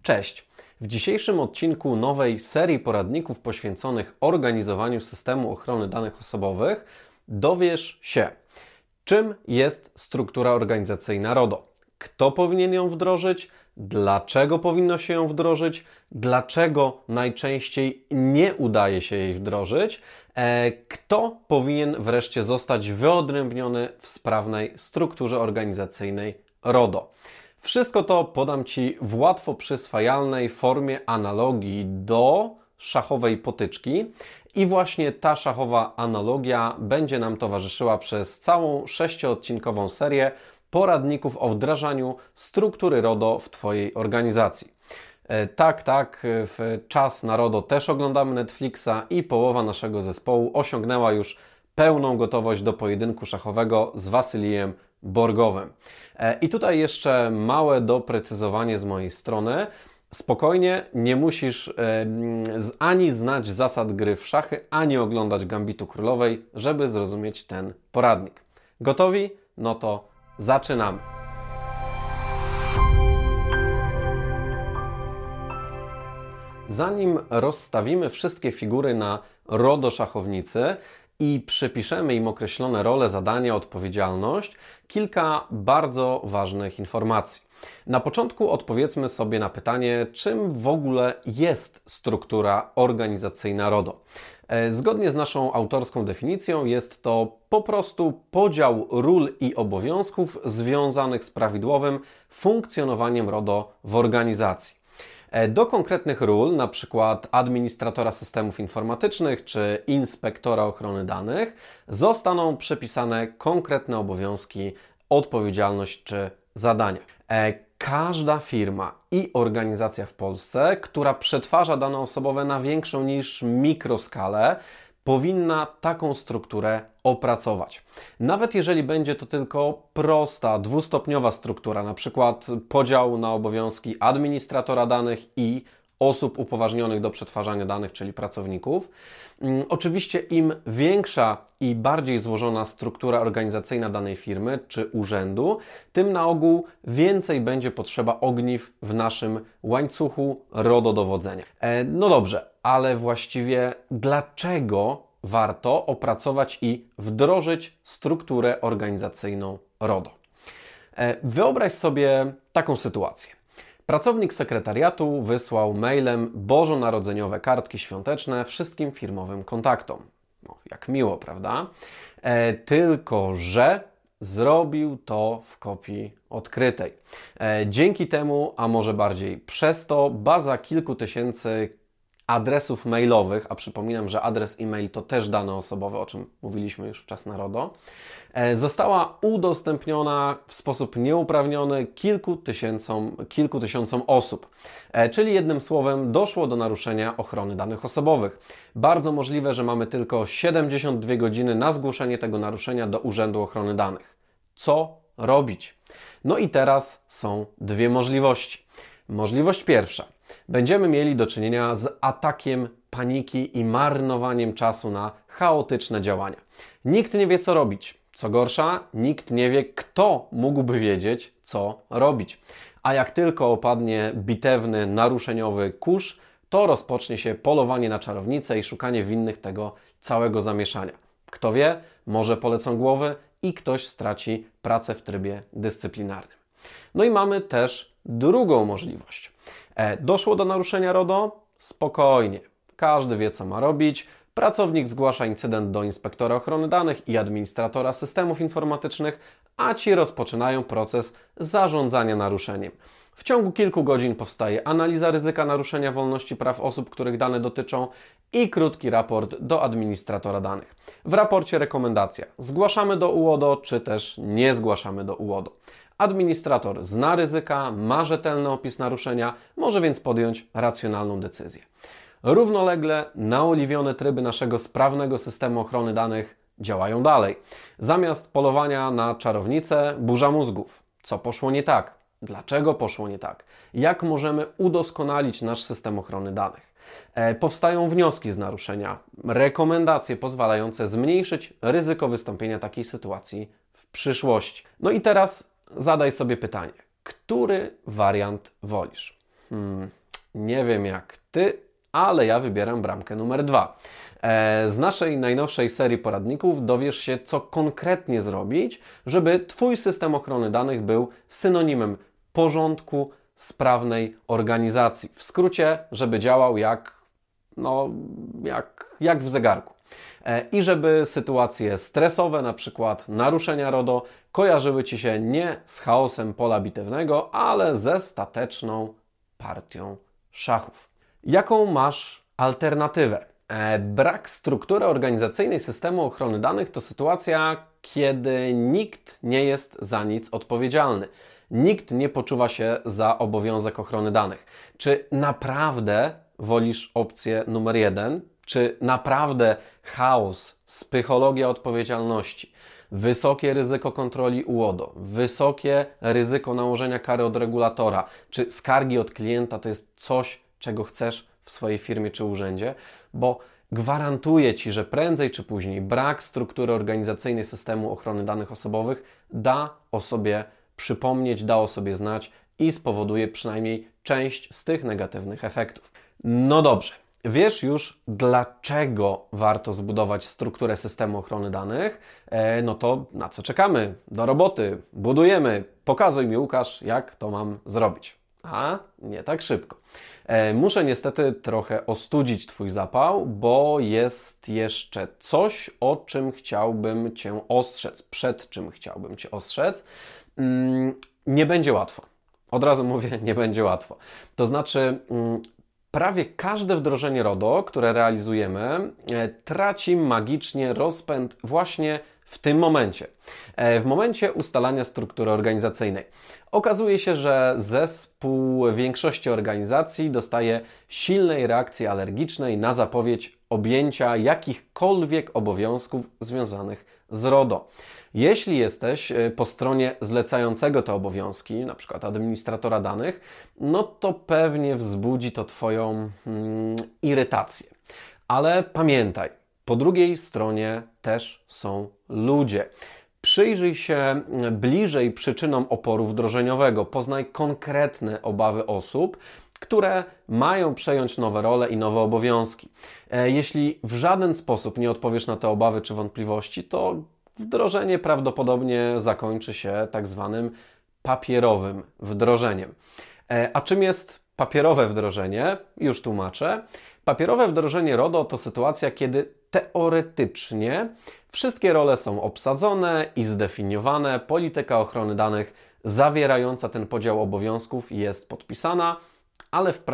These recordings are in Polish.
Cześć! W dzisiejszym odcinku nowej serii poradników poświęconych organizowaniu systemu ochrony danych osobowych dowiesz się, czym jest struktura organizacyjna RODO, kto powinien ją wdrożyć, dlaczego powinno się ją wdrożyć, dlaczego najczęściej nie udaje się jej wdrożyć, kto powinien wreszcie zostać wyodrębniony w sprawnej strukturze organizacyjnej RODO. Wszystko to podam Ci w łatwo przyswajalnej formie analogii do szachowej potyczki i właśnie ta szachowa analogia będzie nam towarzyszyła przez całą 6-odcinkową serię poradników o wdrażaniu struktury RODO w Twojej organizacji. Tak, w czas na RODO też oglądamy Netflixa i połowa naszego zespołu osiągnęła już pełną gotowość do pojedynku szachowego z Wasylijem Borgowym. I tutaj jeszcze małe doprecyzowanie z mojej strony. Spokojnie, nie musisz ani znać zasad gry w szachy, ani oglądać Gambitu Królowej, żeby zrozumieć ten poradnik. Gotowi? No to zaczynamy. Zanim rozstawimy wszystkie figury na RODO szachownicy i przypiszemy im określone role, zadania, odpowiedzialność, kilka bardzo ważnych informacji. Na początku odpowiedzmy sobie na pytanie, czym w ogóle jest struktura organizacyjna RODO. Zgodnie z naszą autorską definicją jest to po prostu podział ról i obowiązków związanych z prawidłowym funkcjonowaniem RODO w organizacji. Do konkretnych ról, np. administratora systemów informatycznych czy inspektora ochrony danych, zostaną przypisane konkretne obowiązki, odpowiedzialność czy zadania. Każda firma i organizacja w Polsce, która przetwarza dane osobowe na większą niż mikroskalę, powinna taką strukturę opracować. Nawet jeżeli będzie to tylko prosta, dwustopniowa struktura, na przykład podział na obowiązki administratora danych i osób upoważnionych do przetwarzania danych, czyli pracowników. Oczywiście im większa i bardziej złożona struktura organizacyjna danej firmy czy urzędu, tym na ogół więcej będzie potrzeba ogniw w naszym łańcuchu RODO dowodzenia. No dobrze, ale właściwie dlaczego warto opracować i wdrożyć strukturę organizacyjną RODO? Wyobraź sobie taką sytuację. Pracownik sekretariatu wysłał mailem bożonarodzeniowe kartki świąteczne wszystkim firmowym kontaktom. No, jak miło, prawda? Tylko że zrobił to w kopii odkrytej. Dzięki temu, a może bardziej przez to, baza kilku tysięcy adresów mailowych, a przypominam, że adres e-mail to też dane osobowe, o czym mówiliśmy już w czas na RODO, została udostępniona w sposób nieuprawniony kilku tysiącom osób. Czyli jednym słowem doszło do naruszenia ochrony danych osobowych. Bardzo możliwe, że mamy tylko 72 godziny na zgłoszenie tego naruszenia do Urzędu Ochrony Danych. Co robić? No i teraz są dwie możliwości. Możliwość pierwsza. Będziemy mieli do czynienia z atakiem paniki i marnowaniem czasu na chaotyczne działania. Nikt nie wie, co robić. Co gorsza, nikt nie wie, kto mógłby wiedzieć, co robić. A jak tylko opadnie bitewny, naruszeniowy kurz, to rozpocznie się polowanie na czarownicę i szukanie winnych tego całego zamieszania. Kto wie, może polecą głowy i ktoś straci pracę w trybie dyscyplinarnym. No i mamy też drugą możliwość. Doszło do naruszenia RODO? Spokojnie. Każdy wie, co ma robić. Pracownik zgłasza incydent do inspektora ochrony danych i administratora systemów informatycznych, a ci rozpoczynają proces zarządzania naruszeniem. W ciągu kilku godzin powstaje analiza ryzyka naruszenia wolności praw osób, których dane dotyczą i krótki raport do administratora danych. W raporcie rekomendacja: zgłaszamy do UODO, czy też nie zgłaszamy do UODO. Administrator zna ryzyka, ma rzetelny opis naruszenia, może więc podjąć racjonalną decyzję. Równolegle naoliwione tryby naszego sprawnego systemu ochrony danych działają dalej. Zamiast polowania na czarownicę, burza mózgów. Co poszło nie tak? Dlaczego poszło nie tak? Jak możemy udoskonalić nasz system ochrony danych? Powstają wnioski z naruszenia, rekomendacje pozwalające zmniejszyć ryzyko wystąpienia takiej sytuacji w przyszłości. No i teraz zadaj sobie pytanie, który wariant wolisz? Nie wiem jak Ty, ale ja wybieram bramkę numer 2. Z naszej najnowszej serii poradników dowiesz się, co konkretnie zrobić, żeby Twój system ochrony danych był synonimem porządku, sprawnej organizacji. W skrócie, żeby działał jak w zegarku. I żeby sytuacje stresowe, na przykład naruszenia RODO, kojarzyły Ci się nie z chaosem pola bitewnego, ale ze stateczną partią szachów. Jaką masz alternatywę? Brak struktury organizacyjnej systemu ochrony danych to sytuacja, kiedy nikt nie jest za nic odpowiedzialny. Nikt nie poczuwa się za obowiązek ochrony danych. Czy naprawdę wolisz opcję numer 1? Czy naprawdę chaos, psychologia odpowiedzialności, wysokie ryzyko kontroli UODO, wysokie ryzyko nałożenia kary od regulatora, czy skargi od klienta to jest coś, czego chcesz w swojej firmie czy urzędzie? Bo gwarantuję Ci, że prędzej czy później brak struktury organizacyjnej systemu ochrony danych osobowych da o sobie przypomnieć, da o sobie znać i spowoduje przynajmniej część z tych negatywnych efektów. No dobrze, wiesz już, dlaczego warto zbudować strukturę systemu ochrony danych? No to na co czekamy? Do roboty, budujemy. Pokazuj mi, Łukasz, jak to mam zrobić. A nie tak szybko. Muszę niestety trochę ostudzić Twój zapał, bo jest jeszcze coś, o czym chciałbym Cię ostrzec, przed czym chciałbym Cię ostrzec. Nie będzie łatwo. Od razu mówię, nie będzie łatwo. To znaczy, prawie każde wdrożenie RODO, które realizujemy, traci magicznie rozpęd właśnie w tym momencie. W momencie ustalania struktury organizacyjnej. Okazuje się, że zespół większości organizacji dostaje silnej reakcji alergicznej na zapowiedź objęcia jakichkolwiek obowiązków związanych z RODO. Jeśli jesteś po stronie zlecającego te obowiązki, na przykład administratora danych, no to pewnie wzbudzi to Twoją irytację. Ale pamiętaj, po drugiej stronie też są ludzie. Przyjrzyj się bliżej przyczynom oporu wdrożeniowego. Poznaj konkretne obawy osób, które mają przejąć nowe role i nowe obowiązki. Jeśli w żaden sposób nie odpowiesz na te obawy czy wątpliwości, to wdrożenie prawdopodobnie zakończy się tak zwanym papierowym wdrożeniem. A czym jest papierowe wdrożenie? Już tłumaczę. Papierowe wdrożenie RODO to sytuacja, kiedy teoretycznie wszystkie role są obsadzone i zdefiniowane, polityka ochrony danych zawierająca ten podział obowiązków jest podpisana, ale w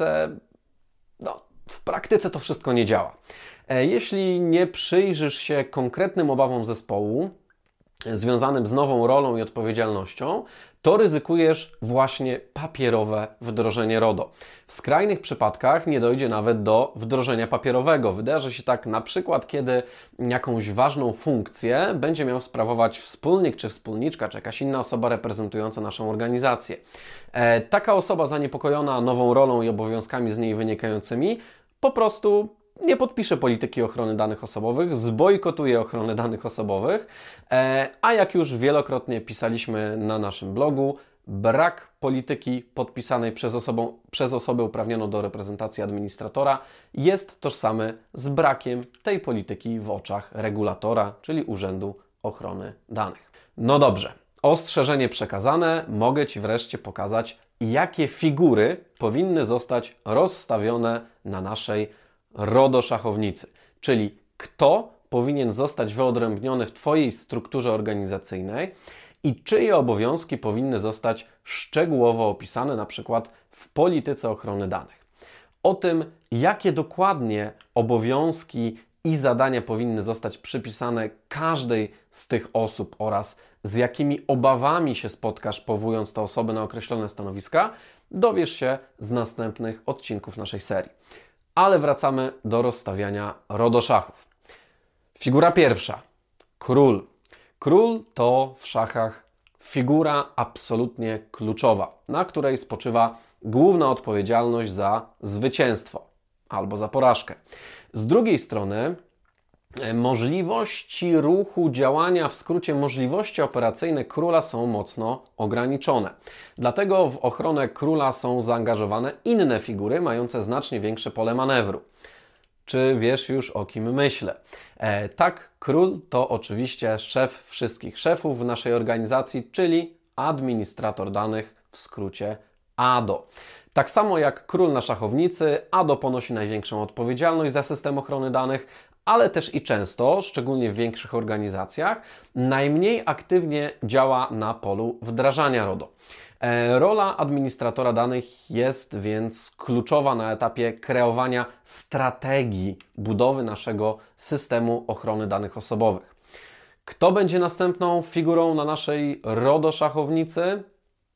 praktyce to wszystko nie działa. Jeśli nie przyjrzysz się konkretnym obawom zespołu związanym z nową rolą i odpowiedzialnością, to ryzykujesz właśnie papierowe wdrożenie RODO. W skrajnych przypadkach nie dojdzie nawet do wdrożenia papierowego. Wydarzy się tak na przykład, kiedy jakąś ważną funkcję będzie miał sprawować wspólnik czy wspólniczka, czy jakaś inna osoba reprezentująca naszą organizację. Taka osoba zaniepokojona nową rolą i obowiązkami z niej wynikającymi po prostu nie podpisze polityki ochrony danych osobowych, zbojkotuje ochronę danych osobowych, a jak już wielokrotnie pisaliśmy na naszym blogu, brak polityki podpisanej przez osobę uprawnioną do reprezentacji administratora jest tożsamy z brakiem tej polityki w oczach regulatora, czyli Urzędu Ochrony Danych. No dobrze, ostrzeżenie przekazane, mogę Ci wreszcie pokazać, jakie figury powinny zostać rozstawione na naszej RODO szachownicy, czyli kto powinien zostać wyodrębniony w Twojej strukturze organizacyjnej i czyje obowiązki powinny zostać szczegółowo opisane na przykład w polityce ochrony danych. O tym, jakie dokładnie obowiązki i zadania powinny zostać przypisane każdej z tych osób oraz z jakimi obawami się spotkasz, powołując te osoby na określone stanowiska, dowiesz się z następnych odcinków naszej serii. Ale wracamy do rozstawiania RODO szachów. Figura pierwsza. Król. Król to w szachach figura absolutnie kluczowa, na której spoczywa główna odpowiedzialność za zwycięstwo albo za porażkę. Z drugiej strony Możliwości ruchu, działania, w skrócie możliwości operacyjne króla są mocno ograniczone. Dlatego w ochronę króla są zaangażowane inne figury mające znacznie większe pole manewru. Czy wiesz już, o kim myślę? Tak, król to oczywiście szef wszystkich szefów w naszej organizacji, czyli administrator danych, w skrócie ADO. Tak samo jak król na szachownicy, ADO ponosi największą odpowiedzialność za system ochrony danych, ale też i często, szczególnie w większych organizacjach, najmniej aktywnie działa na polu wdrażania RODO. Rola administratora danych jest więc kluczowa na etapie kreowania strategii budowy naszego systemu ochrony danych osobowych. Kto będzie następną figurą na naszej RODO szachownicy?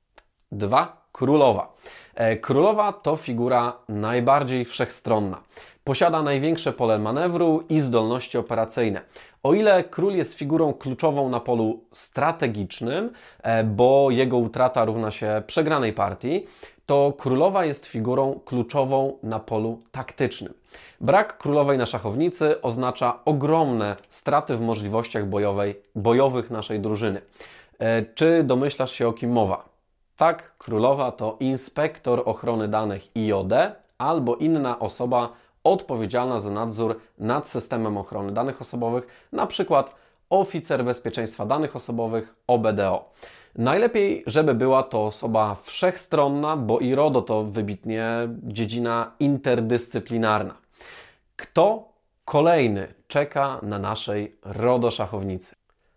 2. Królowa. Królowa to figura najbardziej wszechstronna. Posiada największe pole manewru i zdolności operacyjne. O ile król jest figurą kluczową na polu strategicznym, bo jego utrata równa się przegranej partii, to królowa jest figurą kluczową na polu taktycznym. Brak królowej na szachownicy oznacza ogromne straty w możliwościach bojowych naszej drużyny. Czy domyślasz się, o kim mowa? Tak, królowa to inspektor ochrony danych IOD albo inna osoba odpowiedzialna za nadzór nad systemem ochrony danych osobowych, na przykład oficer bezpieczeństwa danych osobowych OBDO. Najlepiej, żeby była to osoba wszechstronna, bo i RODO to wybitnie dziedzina interdyscyplinarna. Kto kolejny czeka na naszej RODO szachownicy?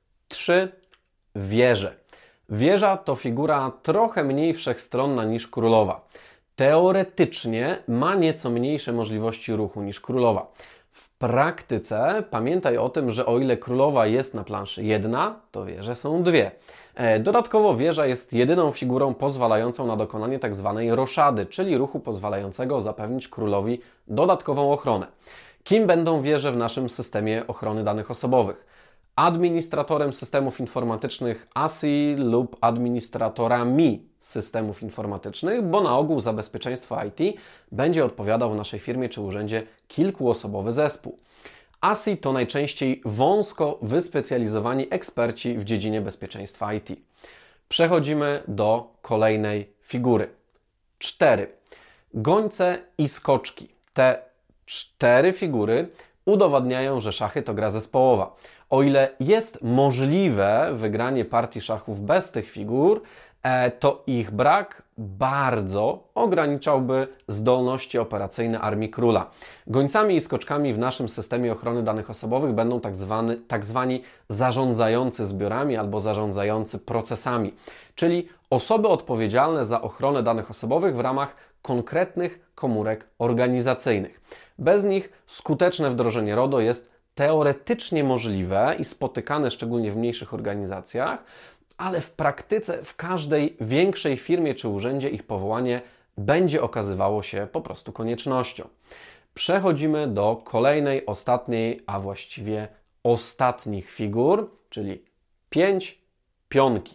3. Wieże. Wieża to figura trochę mniej wszechstronna niż królowa. Teoretycznie ma nieco mniejsze możliwości ruchu niż królowa. W praktyce pamiętaj o tym, że o ile królowa jest na planszy jedna, to wieże są dwie. Dodatkowo wieża jest jedyną figurą pozwalającą na dokonanie tzw. roszady, czyli ruchu pozwalającego zapewnić królowi dodatkową ochronę. Kim będą wieże w naszym systemie ochrony danych osobowych? Administratorem systemów informatycznych ASI lub administratorami systemów informatycznych, bo na ogół za bezpieczeństwo IT będzie odpowiadał w naszej firmie czy urzędzie kilkuosobowy zespół. ASI to najczęściej wąsko wyspecjalizowani eksperci w dziedzinie bezpieczeństwa IT. Przechodzimy do kolejnej figury. 4. Gońce i skoczki. Te 4 figury udowadniają, że szachy to gra zespołowa. O ile jest możliwe wygranie partii szachów bez tych figur, to ich brak bardzo ograniczałby zdolności operacyjne Armii Króla. Gońcami i skoczkami w naszym systemie ochrony danych osobowych będą tak zwani zarządzający zbiorami albo zarządzający procesami, czyli osoby odpowiedzialne za ochronę danych osobowych w ramach konkretnych komórek organizacyjnych. Bez nich skuteczne wdrożenie RODO jest teoretycznie możliwe i spotykane szczególnie w mniejszych organizacjach, ale w praktyce w każdej większej firmie czy urzędzie ich powołanie będzie okazywało się po prostu koniecznością. Przechodzimy do kolejnej, ostatniej, a właściwie ostatnich figur, czyli 5. Pionki.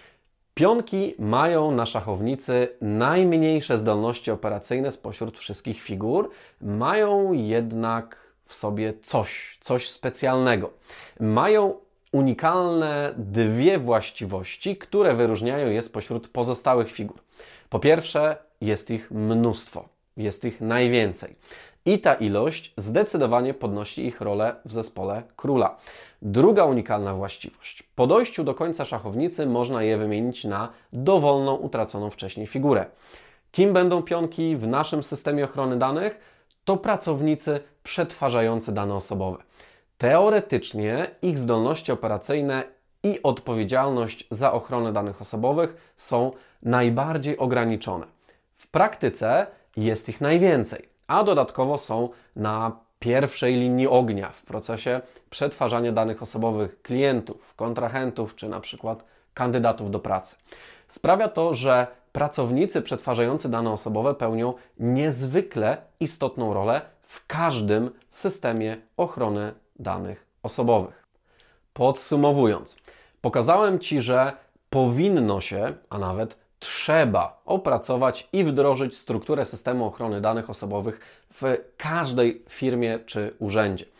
Pionki mają na szachownicy najmniejsze zdolności operacyjne spośród wszystkich figur, mają jednak w sobie coś specjalnego. Mają unikalne 2 właściwości, które wyróżniają je spośród pozostałych figur. Po pierwsze, jest ich mnóstwo, jest ich najwięcej. I ta ilość zdecydowanie podnosi ich rolę w zespole króla. Druga unikalna właściwość. Po dojściu do końca szachownicy można je wymienić na dowolną, utraconą wcześniej figurę. Kim będą pionki w naszym systemie ochrony danych? To pracownicy przetwarzający dane osobowe. Teoretycznie ich zdolności operacyjne i odpowiedzialność za ochronę danych osobowych są najbardziej ograniczone. W praktyce jest ich najwięcej, a dodatkowo są na pierwszej linii ognia w procesie przetwarzania danych osobowych klientów, kontrahentów czy na przykład kandydatów do pracy. Sprawia to, że pracownicy przetwarzający dane osobowe pełnią niezwykle istotną rolę w każdym systemie ochrony danych osobowych. Podsumowując, pokazałem Ci, że powinno się, a nawet trzeba opracować i wdrożyć strukturę systemu ochrony danych osobowych w każdej firmie czy urzędzie.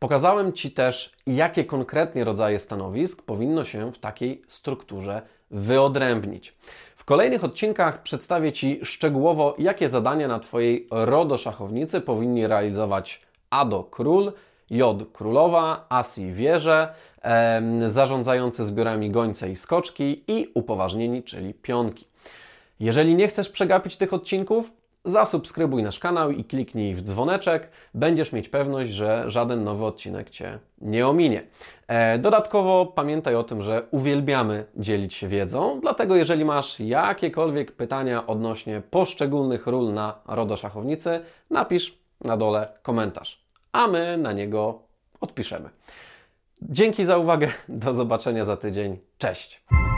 Pokazałem Ci też, jakie konkretnie rodzaje stanowisk powinno się w takiej strukturze wyodrębnić. W kolejnych odcinkach przedstawię Ci szczegółowo, jakie zadania na Twojej RODO-szachownicy powinni realizować ADO król, J królowa, Asi wieże, zarządzający zbiorami gońce i skoczki i upoważnieni, czyli pionki. Jeżeli nie chcesz przegapić tych odcinków, zasubskrybuj nasz kanał i kliknij w dzwoneczek. Będziesz mieć pewność, że żaden nowy odcinek Cię nie ominie. Dodatkowo pamiętaj o tym, że uwielbiamy dzielić się wiedzą, dlatego jeżeli masz jakiekolwiek pytania odnośnie poszczególnych ról na RODO szachownicy, napisz na dole komentarz, a my na niego odpiszemy. Dzięki za uwagę, do zobaczenia za tydzień. Cześć!